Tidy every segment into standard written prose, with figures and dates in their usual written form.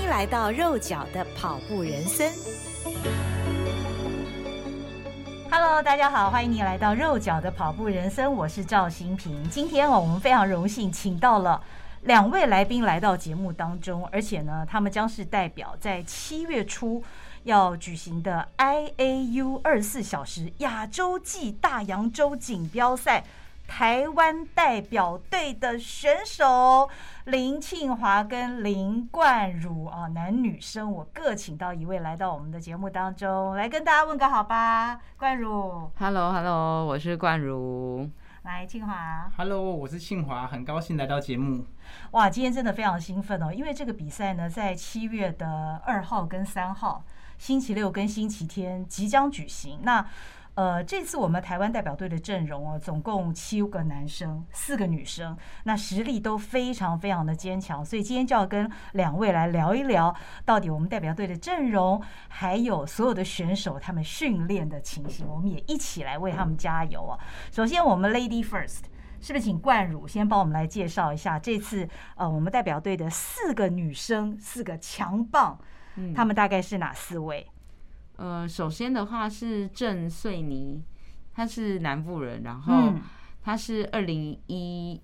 来到肉脚的跑步人生。Hello， 大家好，欢迎你来到肉脚的跑步人生，我是赵心屏。今天我们非常荣幸请到了2位来宾来到节目当中，而且呢，他们将是代表在7月初要举行的 IAU 24小时亚洲暨大洋洲锦标赛台湾代表队的选手林庆华跟林冠儒啊，男女生我各请到一位来到我们的节目当中，来跟大家问个好吧。冠儒 ，Hello， 我是冠儒。 来，庆华 ，Hello， 我是庆华，很高兴来到节目。 哇，今天真的非常兴奋哦，因为这个比赛呢，在7月的2号跟3号，星期六跟星期天即将举行。那这次我们台湾代表队的阵容哦，总共7个男生，4个女生，那实力都非常非常的坚强，所以今天就要跟2位来聊一聊，到底我们代表队的阵容，还有所有的选手他们训练的情形，我们也一起来为他们加油啊！首先，我们 Lady First， 是不是请冠儒先帮我们来介绍一下这次我们代表队的4个女生，4个强棒，他们大概是哪4位？ 首先的话是郑穗妮，她是南部人，然后她是2021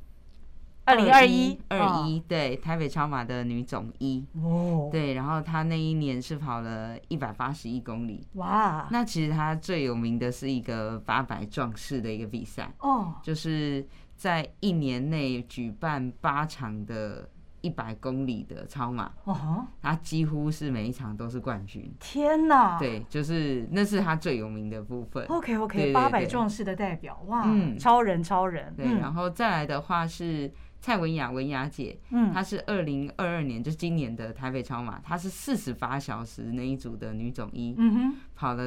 对台北超马的女总一对，然后她那一年是跑了181公里，哇！那其实她最有名的是一个800壮士的一个比赛就是在1年内举办8场的100公里的超马，他几乎是每一场都是冠军。 天哪！ 对，就是那是他最有名的部分。 OK， 800壮士的代表，哇，超人。 对，然后再来的话是蔡文雅文雅姐，她是2022年，就是今年的台北超马，她是48小时那一组的女总一，跑了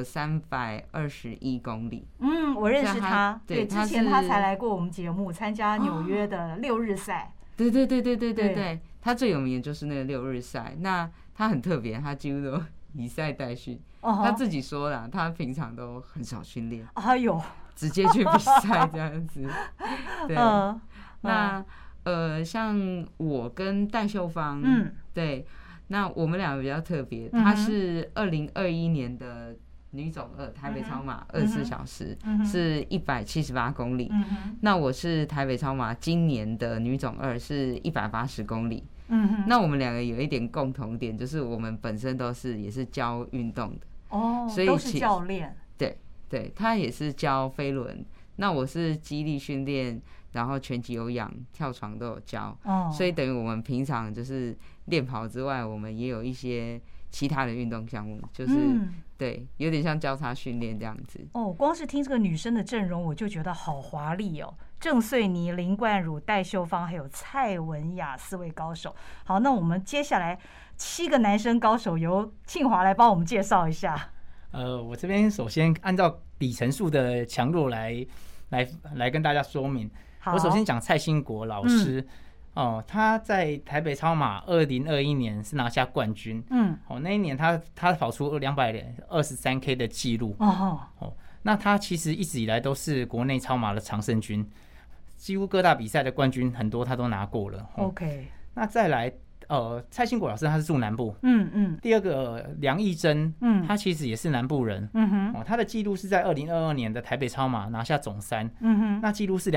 321公里。 我认识她，对，之前她才来过我们节目，参加纽约的6日赛。 对，他最有名的就是那个6日赛。那他很特别，他几乎都以赛代训。他自己说啦，他平常都很少训练，直接去比赛这样子。对，那像我跟戴秀芳，对，那我们两个比较特别，他是2021年的女总2台北超马24小时是178公里，那我是台北超马今年的女总2是180公里。那我们两个有一点共同点，就是我们本身也是教运动的所以都是教练。 对，他也是教飞轮，那我是肌力训练，然后拳击有氧、跳床都有教，所以等于我们平常就是练跑之外，我们也有一些其他的运动项目，就是对，有点像交叉训练这样子。 光是听这个女生的阵容，我就觉得好华丽哦。郑穗妮、林冠儒、戴秀芳，还有蔡文雅4位高手。好，那我们接下来7个男生高手，由庆华来帮我们介绍一下。 我这边首先按照里程数的强弱来跟大家说明。我首先讲蔡兴国老师。他在台北超马2021年是拿下冠军。那一年他跑出223K 的记录。那他其实一直以来都是国内超马的常胜军，几乎各大比赛的冠军很多他都拿过了。 OK， 那再来蔡兴国老师他是住南部。第二个梁义珍，他其实也是南部人。他的记录是在2022年的台北超马拿下总3。那记录是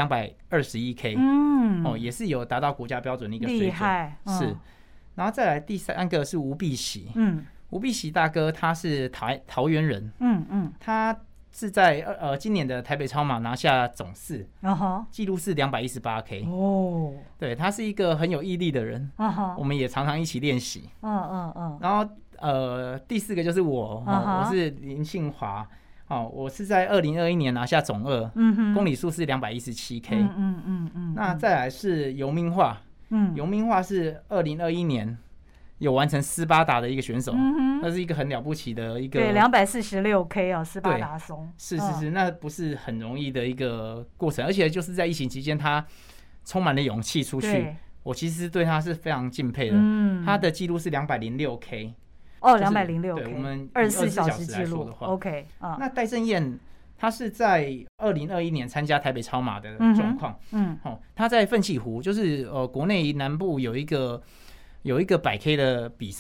221K。也是有达到国家标准的一个水准。厉害。是。然后再来第3个是吴碧玺。吴碧玺大哥他是桃园人。他是在今年的台北超马拿下总4，记录是218K。对，他是一我很有毅力的人。我们也常常一起练习。然后第4个就是我是林庆华。我是在2021年拿下总2，公里数是217K。那再来是游明化。游明化是2021年有完成斯巴达的一个选手，那是一个很了不起的一个。 对，246K 斯巴达松。是， 那不是很容易的一个过程，而且就是在疫情期间，他充满了勇气出去。我其实对他是非常敬佩的。他的记录是206K。 206K。 对，我们 24小时记录的话 ，OK。 那戴正彦他是在2021年参加台北超马的状况。他在奋起湖，就是国内南部有一个100K 的比赛，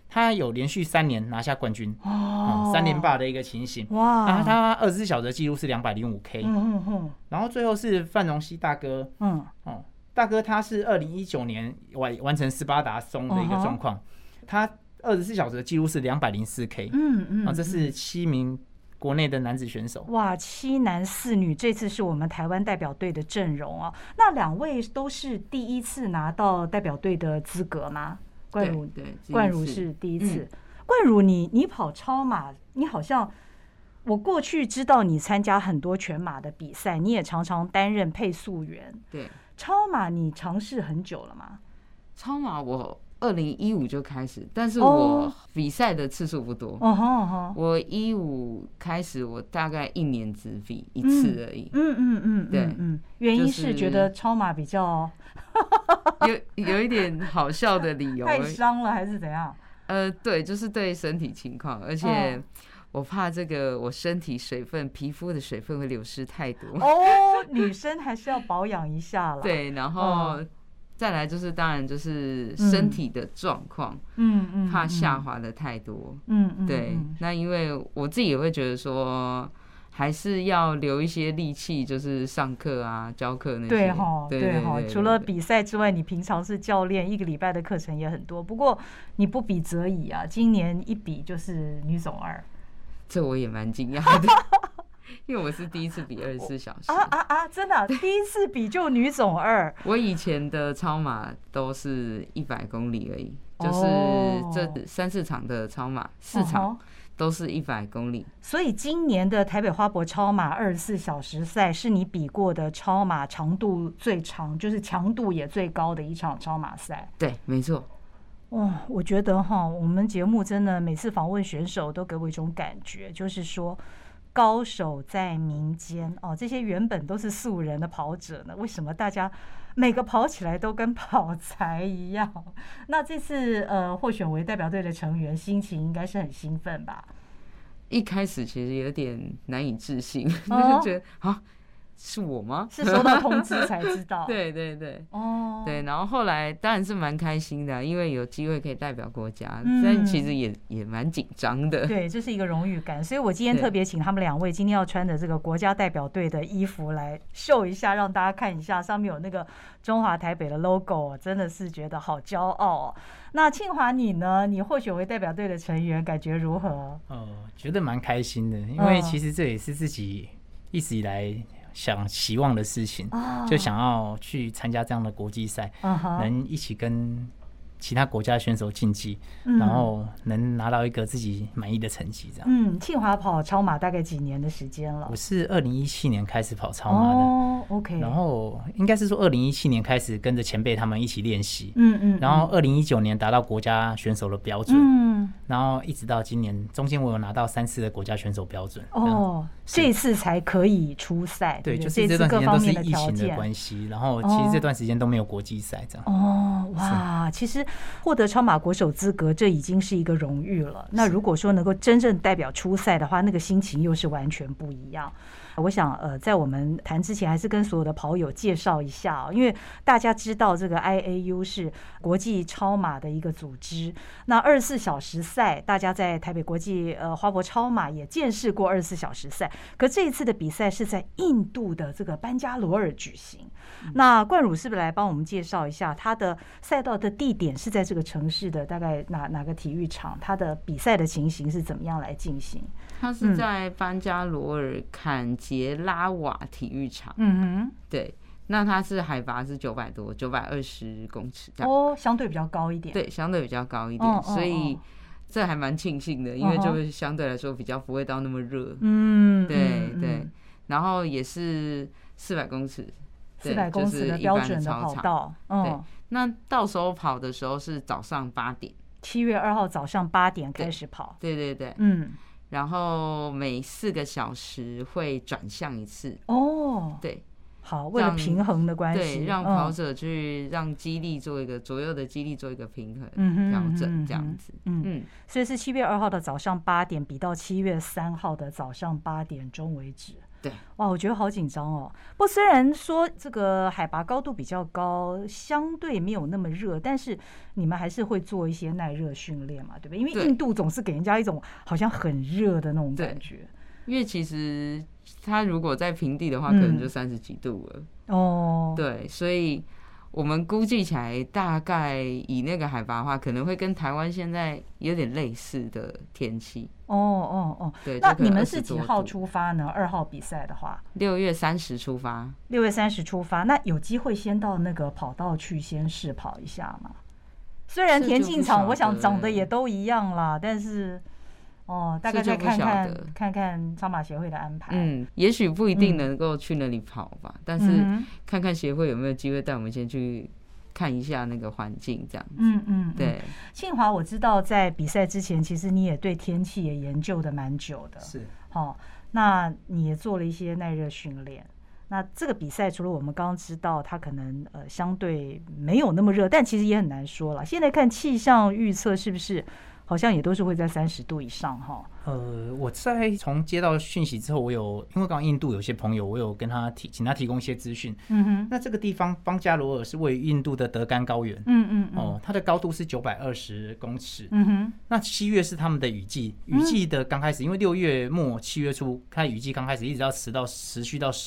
他有连续3年拿下冠军，3连霸的一个情形。哇！他24小时的记录是205K。然后最后是范荣熙大哥，大哥他是2019年完成斯巴达松的一个状况，他24小时的记录是204K。这是7名国内的男子选手。 哇，7男4女，这次是我们台湾代表队的阵容啊。那2位都是第一次拿到代表队的资格吗？冠儒是第一次。冠儒，你跑超马，你好像我过去知道你参加很多全马的比赛，你也常常担任配速员。 对， 超马你尝试很久了吗？ 超马我2015就开始，但是我比赛的次数不多。我15开始，我大概1年只比1次而已。对， 原因是觉得超马比较有一点好笑的理由， 太伤了还是怎样？ 对，就是对身体情况，而且我怕这个我身体水分、皮肤的水分会流失太多。 女生还是要保养一下了。 对，然后再来就是当然就是身体的状况，怕下滑的太多。对，那因为我自己也会觉得说，还是要留一些力气，就是上课啊、教课那些。对， 除了比赛之外，你平常是教练，1个礼拜的课程也很多。不过你不比则已啊，今年一比就是女总2。 这我也蛮惊讶的。因为我是第一次比24小时真的第一次比就女总2。 我以前的超马都是100公里而已，就是这3-4场的超马，4场都是100公里。 所以今年的台北花博超马24小时赛是你比过的超马长度最长，就是强度也最高的一场超马赛。 对，没错。 我觉得我们节目真的每次访问选手都给我一种感觉，就是说高手在民间这些原本都是素人的跑者呢，为什么大家每个跑起来都跟跑才一样？那这次获选为代表队的成员，心情应该是很兴奋吧？ 一开始其实有点难以置信，就觉得是我吗？ 是收到通知才知道。 对，对，然后后来当然是蛮开心的，因为有机会可以代表国家，但其实也蛮紧张的。 对，这是一个荣誉感，所以我今天特别请他们2位今天要穿的这个国家代表队的衣服来秀一下，让大家看一下，上面有那个中华台北的 logo， 真的是觉得好骄傲。那庆华你呢？你获选为代表队的成员，感觉如何？ 觉得蛮开心的，因为其实这也是自己一直以来希望的事情，就想要去参加这样的国际赛，能一起跟其他国家的选手竞技，然后能拿到一个自己满意的成绩，这样。 庆华跑超马大概几年的时间了？ 我是2017年开始跑超马的 ，OK。 然后应该是说2017年开始跟着前辈他们一起练习，然后2019年达到国家选手的标准，然后一直到今年，中间我有拿到3次的国家选手标准。 这次才可以出赛。 对，就是这段时间都是疫情的关系，然后其实这段时间都没有国际赛，这样。 哇，其实获得超马国手资格，这已经是一个荣誉了。那如果说能够真正代表出赛的话，那个心情又是完全不一样。我想在我们谈之前，还是跟所有的跑友介绍一下因为大家知道这个 IAU 是国际超马的一个组织。那24小时赛，大家在台北国际花博超马也见识过24小时赛，可这一次的比赛是在印度的这个班加罗尔举行。那冠儒是不是来帮我们介绍一下，他的赛道的地点是在这个城市的大概哪个体育场？他的比赛的情形是怎么样来进行？ 他是在班加罗尔坎杰拉瓦体育场。对，那它是海拔是900多，920公尺这样。 相对比较高一点。 对，相对比较高一点，所以这还蛮庆幸的，因为就会相对来说比较不会到那么热。对，然后也是400公尺 ，400公尺的标准的跑道。 对，那到时候跑的时候是早上8点 ，7月2号早上8点开始跑。 对，然后每4个小时会转向一次。对， 好，为了平衡的关系， 对，让跑者去让肌力做一个左右的肌力做一个平衡调整，这样子。 所以是7月2号的早上8点比到7月3号的早上8点钟为止。 对， 哇，我觉得好紧张哦。不过虽然说这个海拔高度比较高，相对没有那么热，但是你们还是会做一些耐热训练嘛，对不对？因为印度总是给人家一种好像很热的那种感觉。 因为其实它如果在平地的话，可能就30几度了。哦，对，所以我们估计起来，大概以那个海拔的话，可能会跟台湾现在有点类似的天气。 对，那你们是几号出发呢？2号比赛的话 ，6月30出发。 6月30出发，那有机会先到那个跑道去先试跑一下吗？虽然田径场我想长得也都一样啦，但是。大概再看看超马协会的安排。 也许不一定能够去那里跑吧，但是看看协会有没有机会带我们先去看一下那个环境，这样子。对。 庆华，我知道在比赛之前，其实你也对天气也研究的蛮久的。 是。 那你也做了一些耐热训练。那这个比赛除了我们刚刚知道它可能相对没有那么热，但其实也很难说了。现在看气象预测是不是？好像也都是会在30度以上哈。 我在从接到讯息之后，因为刚刚印度有些朋友，我有跟他请他提供一些资讯。那这个地方邦加罗尔是位于印度的德干高原。它的高度是920公尺。那7月是他们的雨季，雨季的刚开始，因为6月末7月初，它雨季刚开始，一直到持续到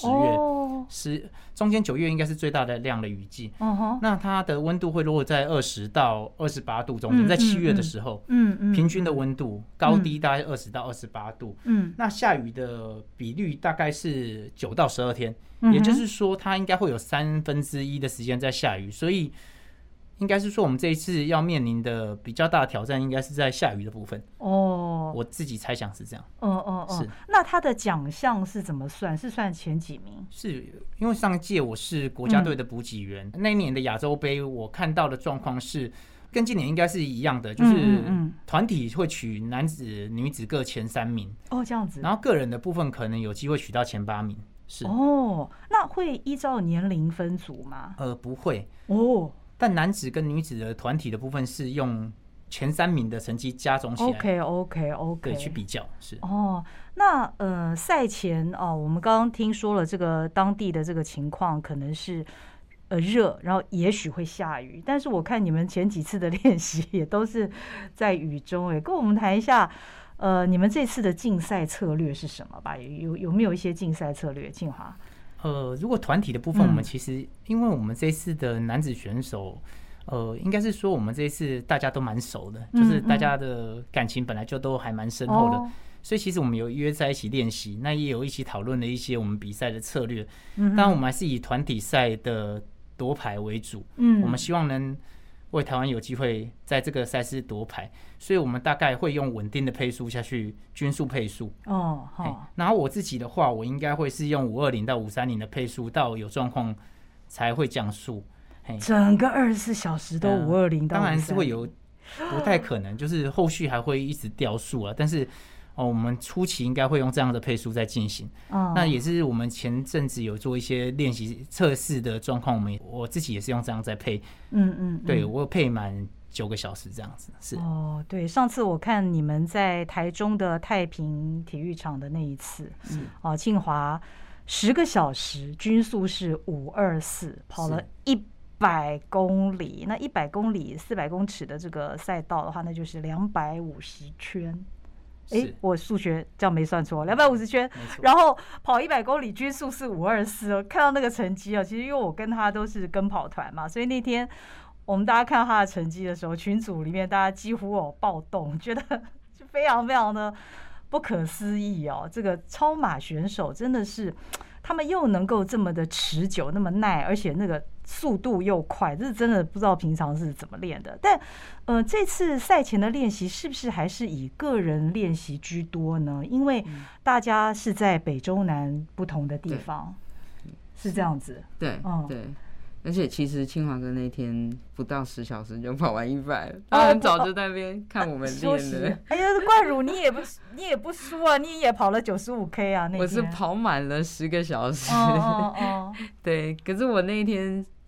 10月，中间9月应该是最大的量的雨季。那它的温度会落在20到28度中间，在7月的时候。平均的温度高低大概20到28度。那下雨的比率大概是9到12天，也就是说它应该会有1/3的时间在下雨，所以应该是说我们这一次要面临的比较大的挑战应该是在下雨的部分。我自己猜想是这样。 是。那它的奖项是怎么算？是算前几名？ 是因为上一届我是国家队的补给员，那一年的亚洲杯我看到的状况是。跟今年应该是一样的，就是团体会取男子、女子各前3名。 这样子。 然后个人的部分可能有机会取到前8名。是。 那会依照年龄分组吗？ 不会。但男子跟女子的团体的部分是用前3名的成绩加总起来。 OK。 对，去比较是。 那赛前我们刚刚听说了这个当地的这个情况，可能是。热，然后也许会下雨，但是我看你们前几次的练习也都是在雨中。跟我们谈一下，你们这次的竞赛策略是什么吧？有没有一些竞赛策略？庆华， 如果团体的部分，我们其实因为我们这一次的男子选手，应该是说我们这一次大家都蛮熟的，就是大家的感情本来就都还蛮深厚的。所以其实我们有约在一起练习，那也有一起讨论了一些我们比赛的策略。当然我们还是以团体赛的夺牌为主，我们希望能为台湾有机会在这个赛事夺牌，所以我们大概会用稳定的配速下去，均速配速。然后我自己的话，我应该会是用520到530的配速，到有状况才会降速。 整个24小时都520到530， 当然是会有，不太可能，就是后续还会一直掉速啊，但是。我们初期应该会用这样的配速在进行。那也是我们前阵子有做一些练习测试的状况，我自己也是用这样在配。对，我有配满9个小时这样子。是。 对，上次我看你们在台中的太平体育场的那一次，庆华10个小时，均速是524，跑了100公里。那100公里400公尺的这个赛道的话，那就是250圈。我数学这样没算错，250圈，然后跑100公里，均速是524。看到那个成绩其实因为我跟他都是跟跑团嘛，所以那天我们大家看到他的成绩的时候，群组里面大家几乎有暴动，觉得非常非常的不可思议这个超马选手真的是，他们又能够这么的持久，那么耐，而且那个速度又快，这是真的不知道平常是怎么练的。但这次赛前的练习是不是还是以个人练习居多呢？因为大家是在北中南不同的地方，是这样子。 对，而且其实清华哥那天不到10小时就跑完100了，他很早就在那边看我们练了。 冠儒你也不输啊，你也跑了95K 啊。那天我是跑满了10个小时。对，可是我那一天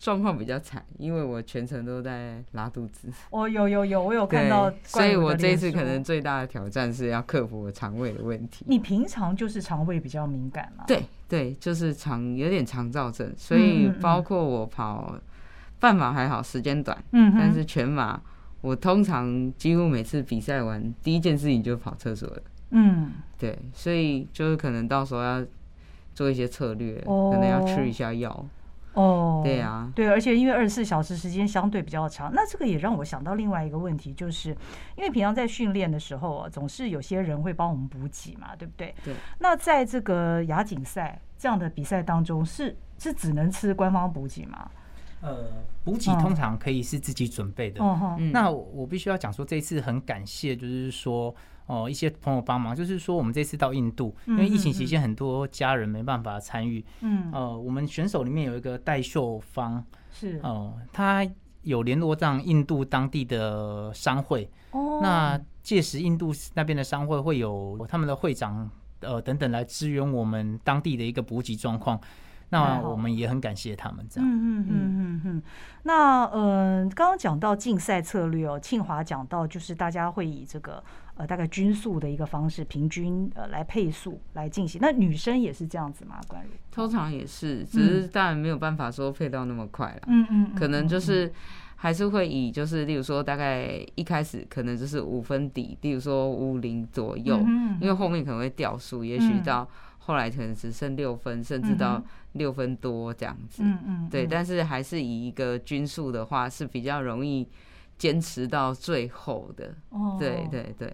状况比较惨，因为我全程都在拉肚子。 哦，有，我有看到。 所以我这一次可能最大的挑战是要克服我肠胃的问题。 你平常就是肠胃比较敏感吗？ 对，就是有点肠燥症，所以包括我跑半马还好，时间短，但是全马我通常几乎每次比赛完第一件事情就跑厕所了。对，所以就是可能到时候要做一些策略，可能要吃一下药。对啊， 对，而且因为24小时时间相对比较长，那这个也让我想到另外一个问题，就是因为平常在训练的时候总是有些人会帮我们补给嘛，对不对？ 对。 那在这个亚锦赛这样的比赛当中，是只能吃官方补给吗？ 补给通常可以是自己准备的。那我必须要讲说，这一次很感谢，就是说一些朋友帮忙，就是说我们这次到印度，因为疫情期间很多家人没办法参与。我们选手里面有一个戴秀芳， 是他有联络上印度当地的商会。那届时印度那边的商会会有他们的会长等等来支援我们当地的一个补给状况。那我们也很感谢他们这样。 那刚刚讲到竞赛策略庆华讲到就是大家会以这个大概均速的一个方式平均来配速来进行。那女生也是这样子吗？冠如通常也是，只是当然没有办法说配到那么快了。可能就是还是会以就是例如说大概一开始可能就是5分底，例如说50左右，因为后面可能会掉速，也许到后来可能只剩6分，甚至到6分多这样子。对，但是还是以一个均速的话是比较容易坚持到最后的。对。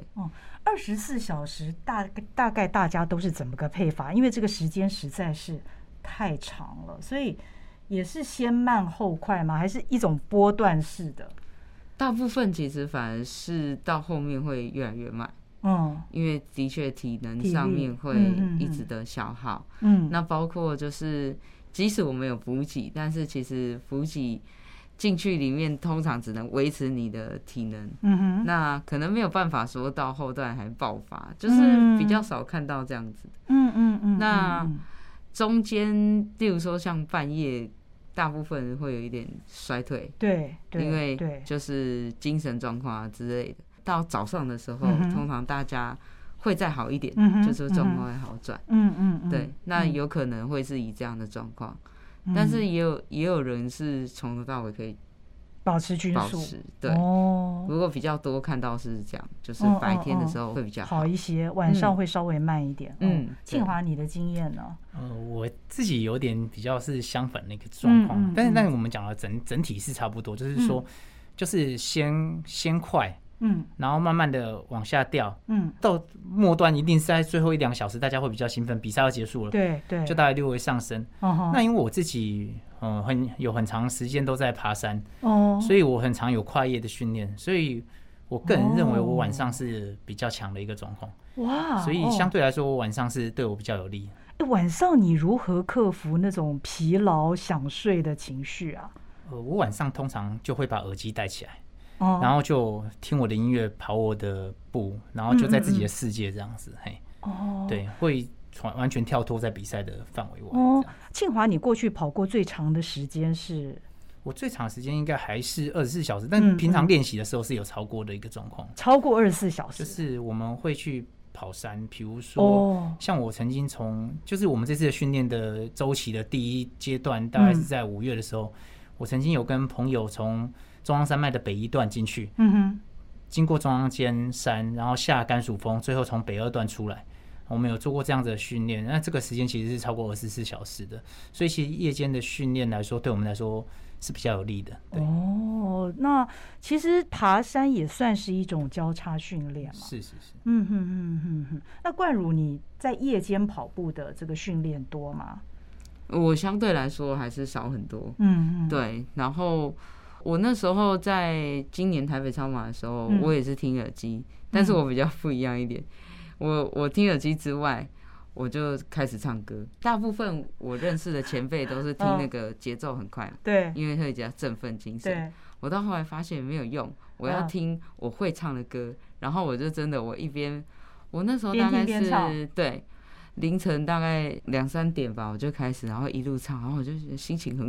24小时大概大家都是怎么个配法？因为这个时间实在是太长了，所以也是先慢后快吗？还是一种波段式的？ 大部分其实反而是到后面会越来越慢。因为的确体能上面会一直的消耗。那包括就是即使我们有补给，但是其实补给进去里面通常只能维持你的体能。那可能没有办法说到后段还爆发，就是比较少看到这样子。那中间例如说像半夜大部分会有一点衰退。 对， 因为就是精神状况啊之类的。到早上的时候，通常大家会再好一点，就是状况会好转。对，那有可能会是以这样的状况，但是也有人是从头到尾可以保持均速。 对，如果比较多看到是这样，就是白天的时候会比较好一些，晚上会稍微慢一点。庆华，你的经验呢？ 我自己有点比较是相反的一个状况，但是我们讲的整体是差不多，就是说，就是先快。然后慢慢的往下掉，到末端一定是在最后1-2小时，大家会比较兴奋，比赛要结束了， 对， 就大概略微上升。那因为我自己很长时间都在爬山，所以我很常有跨夜的训练，所以我个人认为我晚上是比较强的一个状况。哇，所以相对来说，我晚上是对我比较有利。 晚上你如何克服那种疲劳想睡的情绪啊？ 我晚上通常就会把耳机戴起来。然后就听我的音乐，跑我的步，然后就在自己的世界这样子。对，会完全跳脱在比赛的范围外。 庆华，你过去跑过最长的时间是？ 我最长的时间应该还是24小时，但平常练习的时候是有超过的一个状况。 超过24小时， 就是我们会去跑山，比如说像我曾经就是我们这次的训练的周期的第一阶段，大概是在5月的时候，我曾经有跟朋友从中央山脉的北1段进去，经过中央尖山，然后下甘薯峰，最后从北2段出来。我们有做过这样子的训练，那这个时间其实是超过24小时的，所以其实夜间的训练来说，对我们来说是比较有利的。对。 那其实爬山也算是一种交叉训练嘛。 是。 那冠如你在夜间跑步的这个训练多吗？ 我相对来说还是少很多。对，然后。我那时候在今年台北超马的时候，我也是听耳机，但是我比较不一样一点。我听耳机之外，我就开始唱歌。大部分我认识的前辈都是听那个节奏很快， 对， 因为会比较振奋精神。我到后来发现没有用，我要听我会唱的歌，然后我就真的我那时候大概是对。凌晨大概2-3点吧，我就开始，然后一路唱，然后我就觉得心情很好。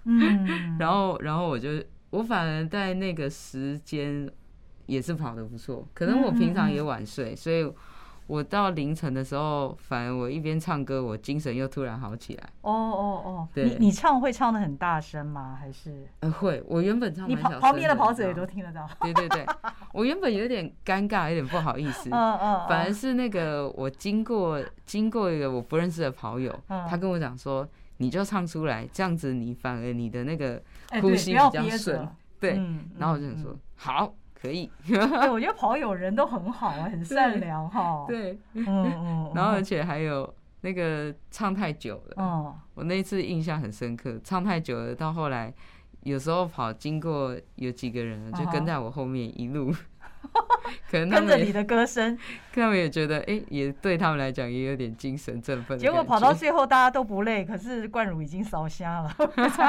然后我反而在那个时间也是跑得不错，可能我平常也晚睡，所以我到凌晨的时候，反而我一边唱歌，我精神又突然好起来。 对，你唱会唱得很大声吗？还是？ 会，我原本唱蛮小声的， 你旁边的跑者也都听得到。 对，我原本有点尴尬，有点不好意思。反而是那个我经过一个我不认识的跑友，他跟我讲说，你就唱出来，这样子你反而你的那个呼吸比较顺。对，然后我就想说，好。可以， 对，我觉得跑友人都很好啊，很善良哈。 对，然后而且还有那个唱太久了，我那一次印象很深刻，唱太久了，到后来有时候跑经过有几个人就跟在我后面一路，可能跟着你的歌声， 他们也觉得也对他们来讲也有点精神振奋。 结果跑到最后大家都不累，可是冠儒已经烧瞎了。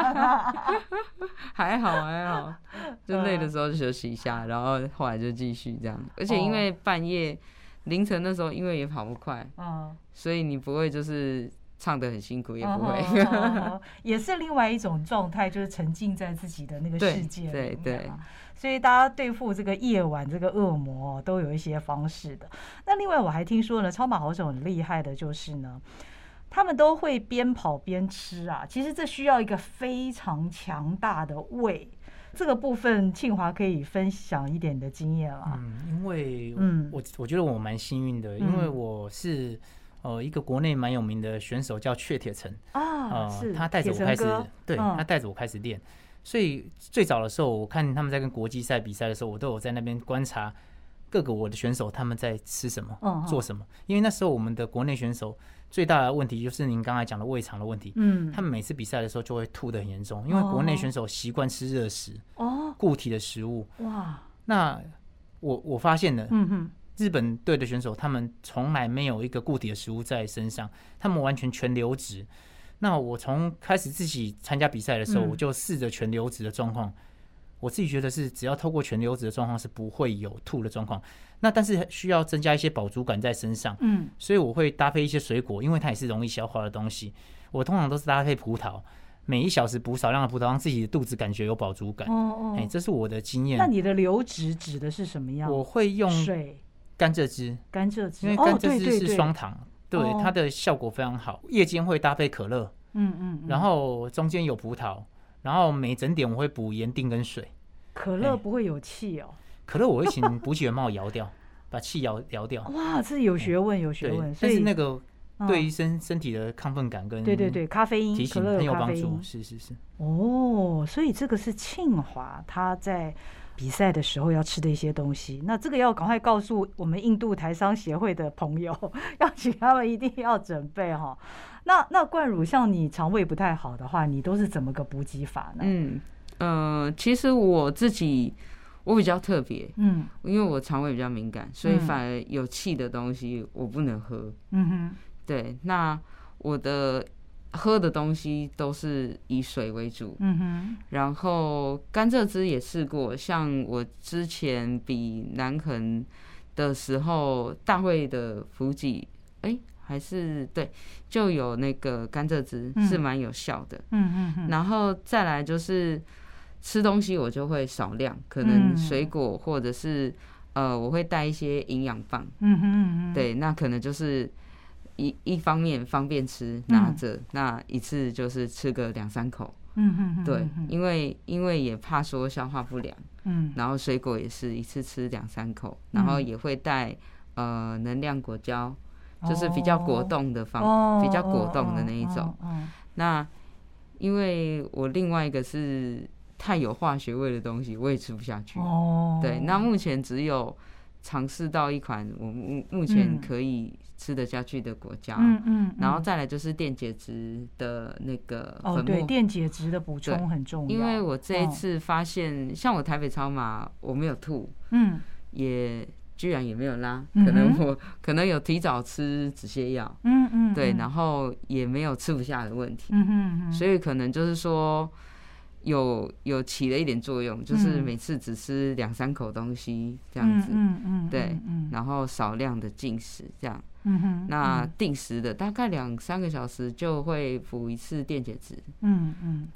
还好，就累的时候就休息一下，然后后来就继续这样。而且因为半夜凌晨的时候，因为也跑不快，所以你不会就是唱得很辛苦，也不会， 也是另外一种状态，就是沉浸在自己的那个世界里面。 对。 所以大家对付这个夜晚这个恶魔都有一些方式的。那另外我还听说呢，超马好手很厉害的就是呢，他们都会边跑边吃啊。其实这需要一个非常强大的胃。这个部分庆华可以分享一点你的经验吗？ 因为我觉得我蛮幸运的，因为我是一个国内蛮有名的选手叫阙铁城是他带着我开始，对，他带着我开始练。所以最早的时候，我看他们在跟国际赛比赛的时候，我都有在那边观察各个我的选手他们在吃什么、做什么。因为那时候我们的国内选手最大的问题就是您刚才讲的胃肠的问题。他们每次比赛的时候就会吐得很严重，因为国内选手习惯吃热食、固体的食物。那我发现了，日本队的选手他们从来没有一个固体的食物在身上，他们完全全流质。那我从开始自己参加比赛的时候，我就试着全流质的状况。我自己觉得是只要透过全流质的状况是不会有吐的状况。那但是需要增加一些饱足感在身上，所以我会搭配一些水果，因为它也是容易消化的东西。我通常都是搭配葡萄，每1小时补少量的葡萄，让自己的肚子感觉有饱足感。这是我的经验。 那你的流质指的是什么样？ 我会用水、 甘蔗汁， 因为甘蔗汁是双糖。对，它的效果非常好。夜间会搭配可乐，然后中间有葡萄，然后每整点我会补盐锭跟水。 可乐不会有气哦？ 可乐我会请补给员帮我摇掉，把气摇掉。 哇，这有学问，有学问。 但是那个对于身体的亢奋感跟对咖啡因提醒很有帮助。是。 所以这个是庆华他在比赛的时候要吃的一些东西。那这个要赶快告诉我们印度台商协会的朋友，要请他们一定要准备哈。那冠儒，像你肠胃不太好的话，你都是怎么个补给法呢？ 其实我比较特别，因为我肠胃比较敏感，所以反而有气的东西我不能喝。对，那我的喝的东西都是以水为主。然后甘蔗汁也试过，像我之前比南横的时候，大会的补给，还是对，就有那个甘蔗汁是蛮有效的。然后再来就是吃东西我就会少量，可能水果或者是我会带一些营养棒。对，那可能就是一方面方便吃，拿着那一次就是吃个2-3口。对，因为也怕说消化不良。然后水果也是一次吃2-3口，然后也会带能量果胶。就是比较果冻的比较果冻的那一种。那因为我另外一个是太有化学味的东西，我也吃不下去。对，那目前只有尝试到一款我目前可以吃得下去的果胶。然后再来就是电解质的那个粉末。 对，电解质的补充很重要。 因为我这一次发现，像我台北超马我没有吐，也居然也没有拉，可能有提早吃止泻药，对，然后也没有吃不下的问题，所以可能就是说有起了一点作用，就是每次只吃2-3口东西这样子，对，然后少量的进食这样，那定时的大概2-3个小时就会补一次电解质，对，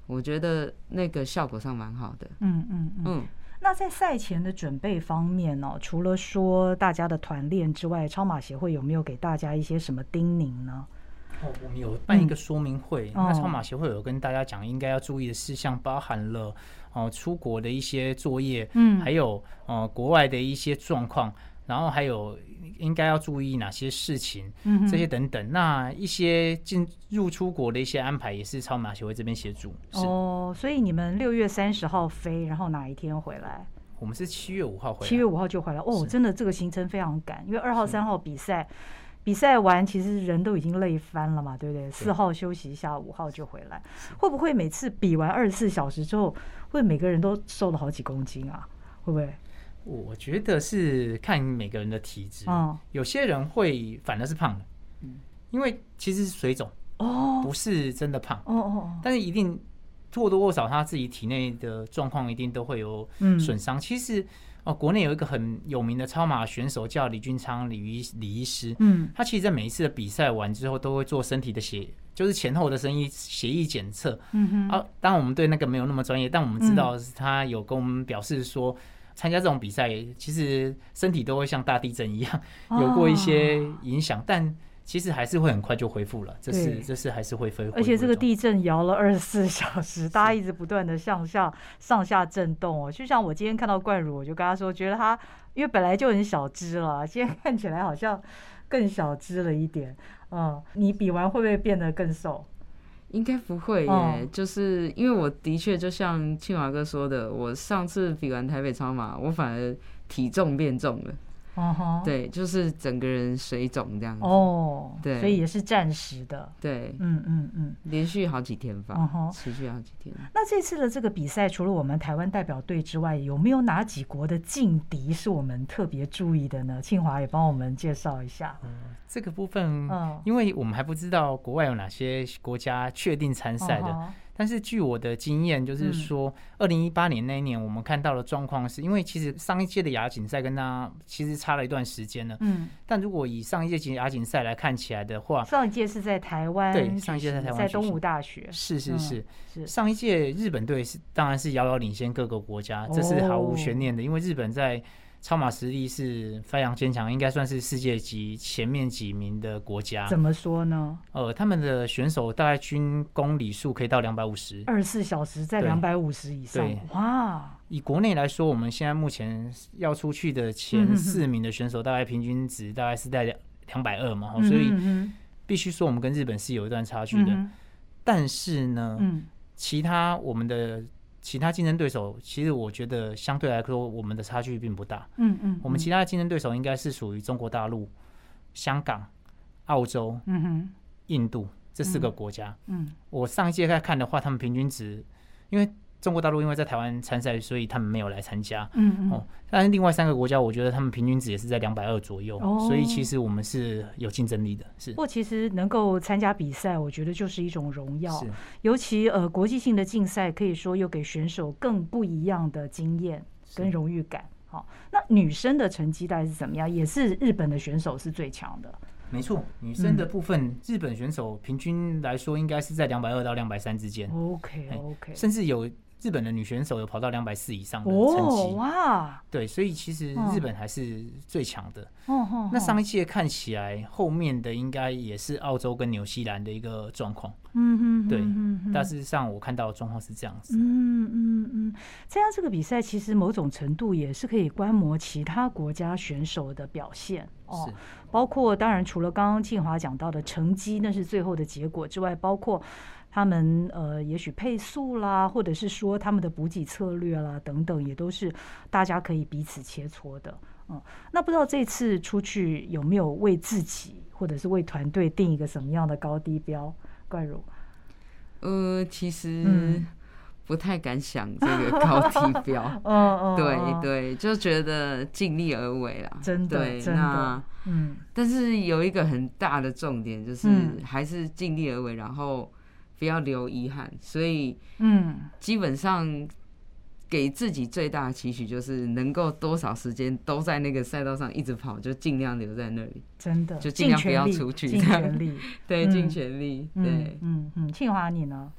我觉得那个效果上蛮好的。 那在赛前的准备方面呢，除了说大家的团练之外，超马协会有没有给大家一些什么叮咛呢？ 我们有办一个说明会，那超马协会有跟大家讲应该要注意的事项，包含了出国的一些作业，还有国外的一些状况，然后还有应该要注意哪些事情，这些等等。那一些进入出国的一些安排也是超马协会这边协助。 所以你们6月30号飞，然后哪一天回来？ 我们是7月5号回来。 7月5号就回来。真的这个行程非常赶，因为2号3号比赛完，其实人都已经累翻了嘛，对不对？4号休息一下，5号就回来。会不会每次比完24小时之后，会每个人都瘦了好几公斤啊？会不会？ 我觉得是看每个人的体质，有些人会反而是胖的，因为其实是水肿，不是真的胖，但是一定或多或少他自己体内的状况一定都会有损伤。其实国内有一个很有名的超马选手叫李俊昌李医师，他其实在每一次的比赛完之后都会做身体的就是前后的血液检测，当然我们对那个没有那么专业，但我们知道他有跟我们表示说，参加这种比赛其实身体都会像大地震一样有过一些影响，但其实还是会很快就恢复了，这是还是会恢复。 而且这个地震摇了24小时，大家一直不断的上下震动就像我今天看到冠儒，我就跟他说，觉得他因为本来就很小只了，今天看起来好像更小只了一点。你比完会不会变得更瘦？ 应该不会耶，就是因为我的确就像庆华哥说的，我上次比完台北超马，我反而体重变重了。对，就是整个人水肿这样子。对， 所以也是暂时的。 对，连续好几天吧，持续好几天。 那这次的这个比赛，除了我们台湾代表队之外，有没有哪几国的劲敌是我们特别注意的呢？庆华也帮我们介绍一下。 这个部分，因为我们还不知道国外有哪些国家确定参赛的。但是据我的经验，就是说，2018年那一年我们看到的状况是，因为其实上一届的亚锦赛跟它其实差了一段时间了。但如果以上一届亚锦赛来看起来的话， 上一届是在台湾， 对，上一届在台湾， 在东吴大学。 是。上一届日本队当然是遥遥领先各个国家，这是毫无悬念的，因为日本在超马实力是非常坚强，应该算是世界级前面几名的国家。 怎么说呢？ 他们的选手大概均公里数可以到250，24 小时在250以上。哇！ 以国内来说，我们现在目前要出去的前4名的选手，大概平均值大概是在220嘛，所以必须说我们跟日本是有一段差距的。但是呢，我们的其他竞争对手，其实我觉得相对来说，我们的差距并不大。我们其他的竞争对手应该是属于中国大陆、香港、澳洲、印度这4个国家。我上一届在看的话，他们平均值，因为中国大陆因为在台湾参赛，所以他们没有来参加。但是另外3个国家，我觉得他们平均值也是在220左右，所以其实我们是有竞争力的。是。 不过其实能够参加比赛，我觉得就是一种荣耀，尤其国际性的竞赛，可以说又给选手更不一样的经验跟荣誉感。那女生的成绩大概是怎么样？也是日本的选手是最强的。 没错，女生的部分，日本选手平均来说应该是在220到230之间。 OK， 甚至有日本的女选手有跑到240以上的成绩。 哇！ 对，所以其实日本还是最强的。那上一届看起来，后面的应该也是澳洲跟纽西兰的一个状况。对，大致上我看到的状况是这样子。 参加这个比赛，其实某种程度也是可以观摩其他国家选手的表现包括当然除了刚刚庆华讲到的成绩，那是最后的结果之外，包括他们也许配速啦，或者是说他们的补给策略啦等等，也都是大家可以彼此切磋的。那不知道这次出去有没有为自己或者是为团队定一个什么样的高低标？冠儒， 其实不太敢想这个高低标。对，就觉得尽力而为啦。 真的， 对， 真的。 但是有一个很大的重点，就是还是尽力而为，然后不要留遗憾。所以，基本上给自己最大的期许就是能够多少时间都在那个赛道上一直跑，就尽量留在那里。 真的， 就尽量不要出去， 尽全力。 对，尽全力。对， 庆华你呢？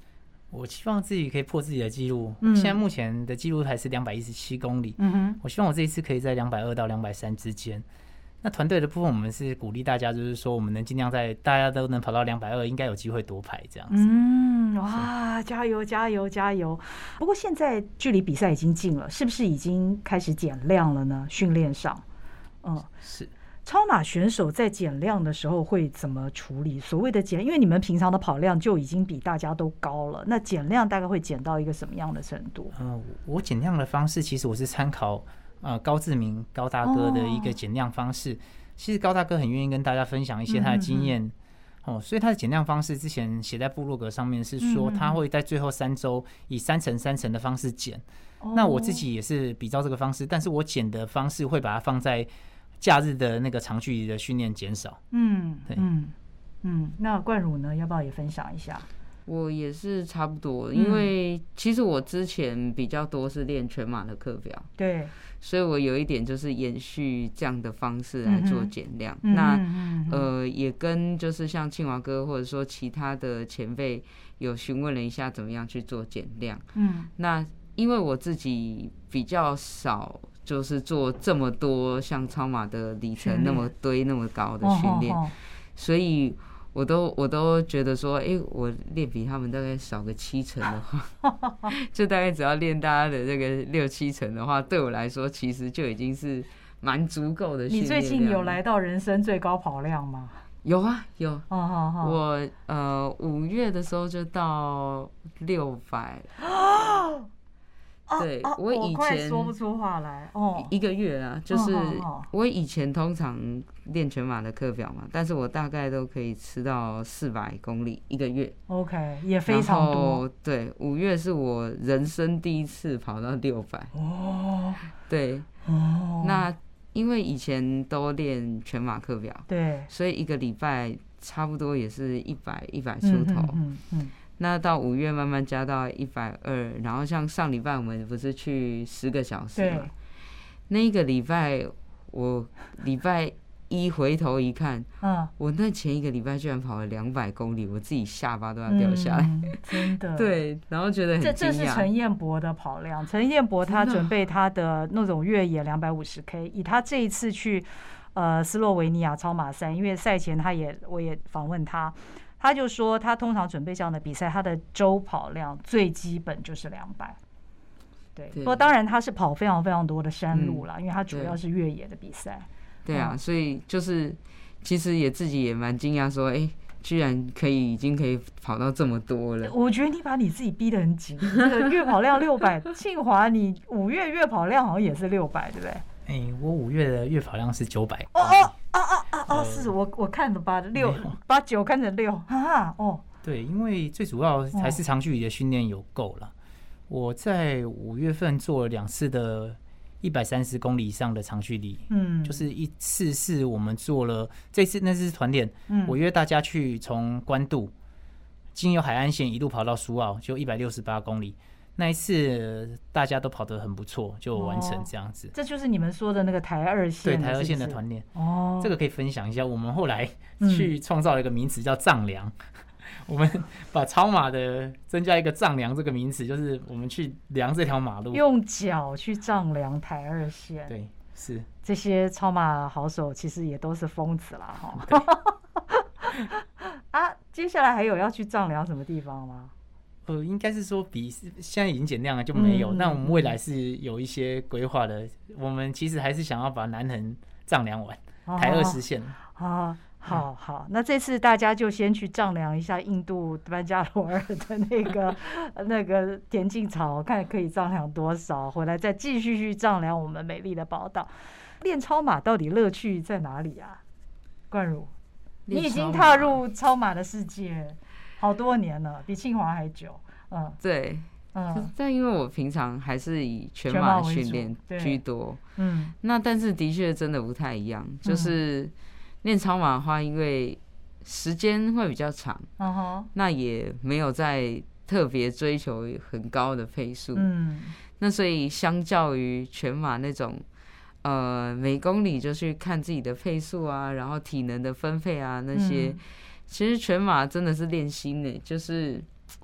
我希望自己可以破自己的记录，现在目前的记录还是217公里，我希望我这一次可以在220到230之间。那团队的部分，我们是鼓励大家，就是说我们能尽量在大家都能跑到220，应该有机会夺牌这样子。 哇，加油加油加油！不过现在距离比赛已经近了，是不是已经开始减量了呢？训练上， 是。 超马选手在减量的时候会怎么处理？所谓的减，因为你们平常的跑量就已经比大家都高了，那减量大概会减到一个什么样的程度？ 我减量的方式，其实我是参考高志明高大哥的一个减量方式。其实高大哥很愿意跟大家分享一些他的经验，所以他的减量方式之前写在部落格上面是说，他会在最后3周以3乘3乘的方式减。那我自己也是比照这个方式，但是我减的方式会把它放在假日的那个长距离的训练减少。对， 那冠儒呢，要不要也分享一下？ 我也是差不多，因为其实我之前比较多是练全马的课表， 对， 所以我有一点就是延续这样的方式来做减量。那也跟就是像庆华哥或者说其他的前辈有询问了一下怎么样去做减量。那因为我自己比较少就是做这么多像超马的里程那么堆那么高的训练，所以我都觉得说，我练比他们大概少个7成的话，就大概只要练大家的这个6、7成的话，对我来说其实就已经是蛮足够的训练量。 你最近有来到人生最高跑量吗？ 有啊，有。我5月的时候就到600。对，我以前快说不出话来。 1个月啊，就是我以前通常练全马的课表嘛，但是我大概都可以吃到400公里1个月。 OK， 也非常多。 对，5月是我人生第一次跑到600。对。那因为以前都练全马课表， 对， 所以1个礼拜差不多也是100出头。那到5月慢慢加到120，然后像上礼拜我们不是去10个小时嘛？那一个礼拜我礼拜1回头一看，我那前一个礼拜居然跑了200公里，我自己下巴都要掉下来， 真的。 对，然后觉得很惊讶。 这是陈彦博的跑量，陈彦博他准备他的那种越野250K，以他这一次去斯洛维尼亚超马赛，因为赛前我也访问他。他就说，他通常准备这样的比赛，他的周跑量最基本就是200。对，不过当然他是跑非常非常多的山路啦，因为他主要是越野的比赛。 对啊，所以就是其实也自己也蛮惊讶，说居然已经可以跑到这么多了。 我觉得你把你自己逼得很紧，这个月跑量600，庆华你5月月跑量好像也是600，对不对？ 我5月的月跑量是900。 是我看的把9看成6 对，因为最主要还是长距离的训练有够了。我在5月份做了2次的130公里以上的长距离，就是一次是我们做了，那次是团练，我约大家去从关渡经由海岸线一路跑到苏澳，就168公里。那一次大家都跑得很不错，就完成这样子。 这就是你们说的那个台2线， 对，台2线的团练。这个可以分享一下。我们后来去创造了一个名词叫丈量，我们把超马的增加一个丈量这个名词，就是我们去量这条马路， 用脚去丈量台2线。 对，是这些超马好手其实也都是疯子啦，接下来还有要去丈量什么地方吗？ 应该是说比现在已经减量了就没有，那我们未来是有一些规划的。我们其实还是想要把南横丈量完，台20线。 好，那这次大家就先去丈量一下印度班加罗尔的那个田径场，看可以丈量多少，回来再继续去丈量我们美丽的宝岛。练超马到底乐趣在哪里啊？冠儒，你已经踏入超马的世界好多年了，比庆华还久。 对，但因为我平常还是以全马训练居多，那但是的确真的不太一样，就是练超马的话，因为时间会比较长，那也没有在特别追求很高的配速，那所以相较于全马那种每公里就去看自己的配速啊，然后体能的分配啊那些。其实全马真的是练心的，就是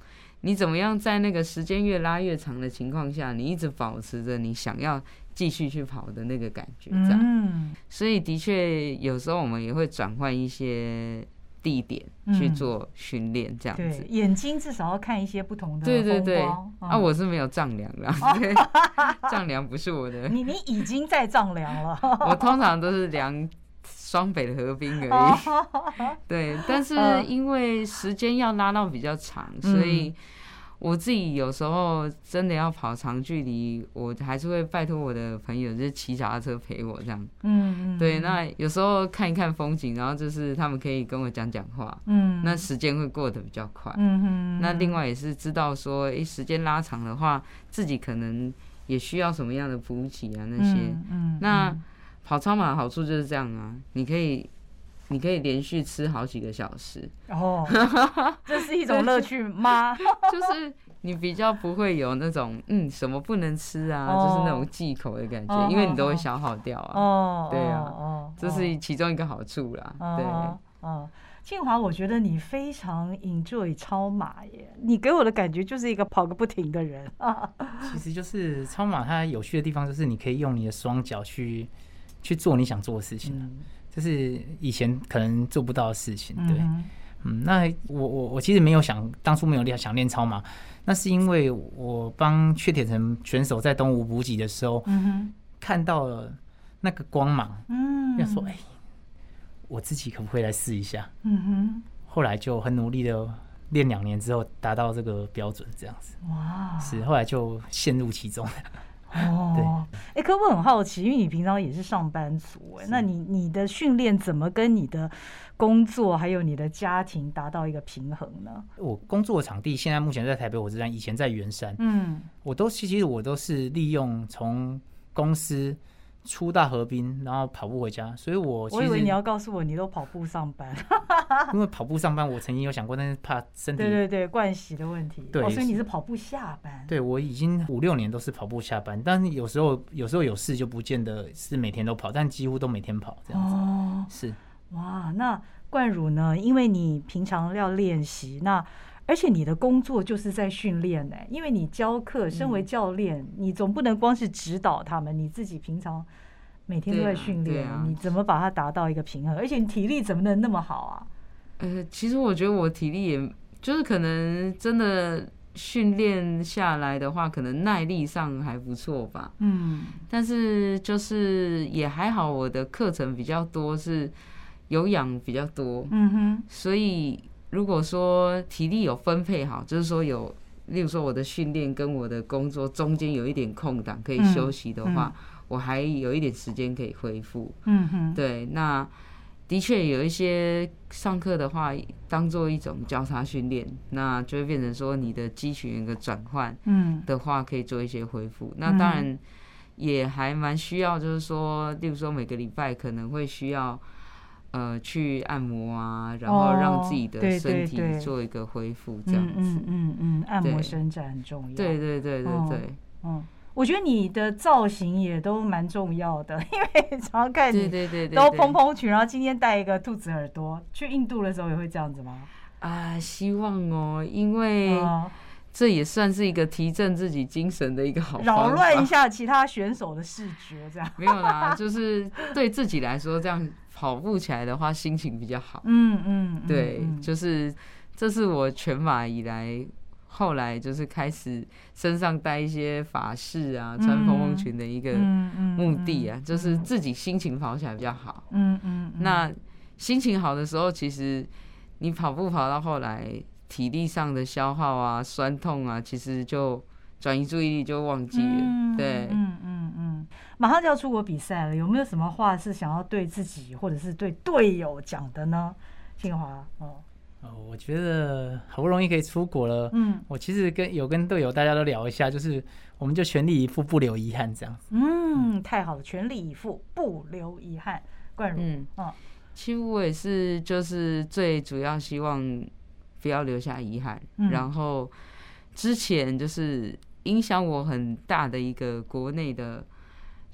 你怎么样在那个时间越拉越长的情况下，你一直保持着你想要继续去跑的那个感觉，这样。所以的确有时候我们也会转换一些地点去做训练，这样子。 对，眼睛至少要看一些不同的对对对。 啊， 我是没有丈量啦，丈量不是我的。 你已经在丈量了。 我通常都是量双北的河滨而已。对，但是因为时间要拉到比较长，所以我自己有时候真的要跑长距离，我还是会拜托我的朋友，就是骑脚踏车陪我这样。对，那有时候看一看风景，然后就是他们可以跟我讲讲话，那时间会过得比较快。那另外也是知道说，时间拉长的话，自己可能也需要什么样的补给啊那些。那跑超马的好处就是这样啊，你可以连续吃好几个小时。 这是一种乐趣吗？ 就是你比较不会有那种什么不能吃啊，就是那种忌口的感觉，因为你都会消耗掉啊。对啊，这是其中一个好处啦。对。 庆华，我觉得你非常 enjoy 超马耶，你给我的感觉就是一个跑个不停的人。 其实就是超马它有趣的地方，就是你可以用你的双脚去做你想做的事情，就是以前可能做不到的事情。对，那我其实没有当初没有想练超马，那是因为我帮雀铁城选手在东吴补给的时候，看到了那个光芒，要说我自己可不可以来试一下？后来就很努力的练2年之后，达到这个标准，这样子。哇！是，后来就陷入其中。 对。可我很好奇，因为你平常也是上班族，那你的训练怎么跟你的工作还有你的家庭达到一个平衡呢？ 我工作的场地现在目前在台北火车站，以前在圆山。其实我都是利用从公司出大河滨，然后跑步回家，所以我以为你要告诉我你都跑步上班。 因为跑步上班我曾经有想过，但是怕身体对惯习的问题。对，所以你是跑步下班。 对，我已经5-6年都是跑步下班，但是有时候有事就不见得是每天都跑，但几乎都每天跑这样子。是。 哇，那冠儒呢？因为你平常要练习，而且你的工作就是在训练呢，因为你教课，身为教练，你总不能光是指导他们，你自己平常每天都在训练，你怎么把它达到一个平衡？而且你体力怎么能那么好啊？ 其实我觉得我体力也就是可能真的训练下来的话，可能耐力上还不错吧。但是就是也还好，我的课程比较多，是有氧比较多。所以如果说体力有分配好，就是说例如说我的训练跟我的工作中间有一点空档可以休息的话，我还有一点时间可以恢复。对，那的确有一些上课的话，当做一种交叉训练，那就会变成说你的肌群有一个转换的话，可以做一些恢复。那当然也还蛮需要，就是说，例如说每个礼拜可能会需要去按摩啊，然后让自己的身体做一个恢复，这样子。 按摩伸展很重要。 对。 我觉得你的造型也都蛮重要的，因为常常看你都蓬蓬裙，然后今天戴一个兔子耳朵。去印度的时候也会这样子吗？ 希望因为这也算是一个提振自己精神的一个好方法， 扰乱一下其他选手的视觉，这样。 没有啦，就是对自己来说，这样跑步起来的话，心情比较好。对，就是这是我全马以来。后来就是开始身上带一些发饰啊，穿蓬蓬裙的一个目的啊，就是自己心情跑起来比较好。那心情好的时候，其实你跑步跑到后来，体力上的消耗啊、酸痛啊，其实就转移注意力就忘记了。对， 马上就要出国比赛了，有没有什么话是想要对自己或者是对队友讲的呢？庆华， 我觉得好不容易可以出国了，我其实跟队友大家都聊一下，就是我们就全力以赴，不留遗憾这样子。 太好了，全力以赴，不留遗憾。冠儒， 其实我也是，就是最主要希望不要留下遗憾。然后之前就是影响我很大的一个国内的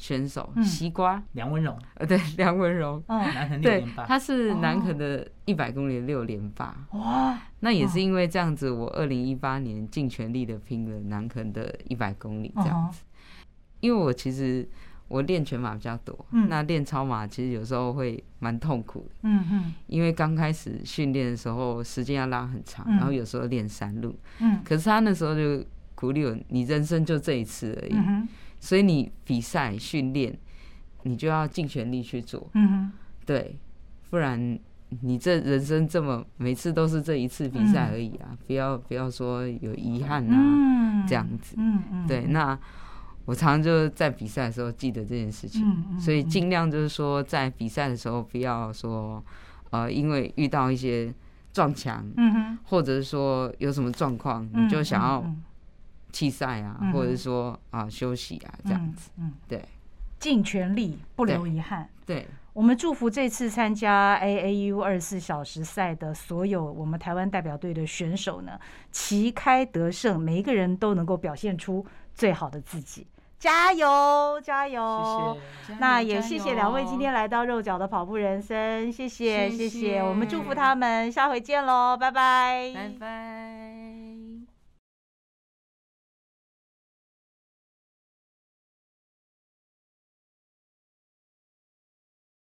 选手西瓜梁文荣， 对，梁文荣， 南横6连霸， 他是南横的100公里6连霸。哇，那也是因为这样子，我2018年尽全力的拼了南横的100公里这样子。因为我其实我练全马比较多，那练超马其实有时候会蛮痛苦的。因为刚开始训练的时候时间要拉很长，然后有时候练山路。可是他那时候就鼓励我，你人生就这一次而已。所以你比赛训练，你就要尽全力去做，对，不然你这人生这么每次都是这一次比赛而已啊，不要说有遗憾啊，这样子，对，那我常常就在比赛的时候记得这件事情，所以尽量就是说在比赛的时候不要说因为遇到一些撞墙，或者是说有什么状况，你就想要弃赛啊，或者是说休息啊，这样子，对， 尽全力，不留遗憾。 对， 我们祝福这次参加 AAU 24小时赛的所有我们台湾代表队的选手呢，旗开得胜，每一个人都能够表现出最好的自己。加油，加油！谢谢。那也谢谢2位今天来到肉脚的跑步人生，谢谢，谢谢。我们祝福他们，下回见喽，拜拜， 拜拜。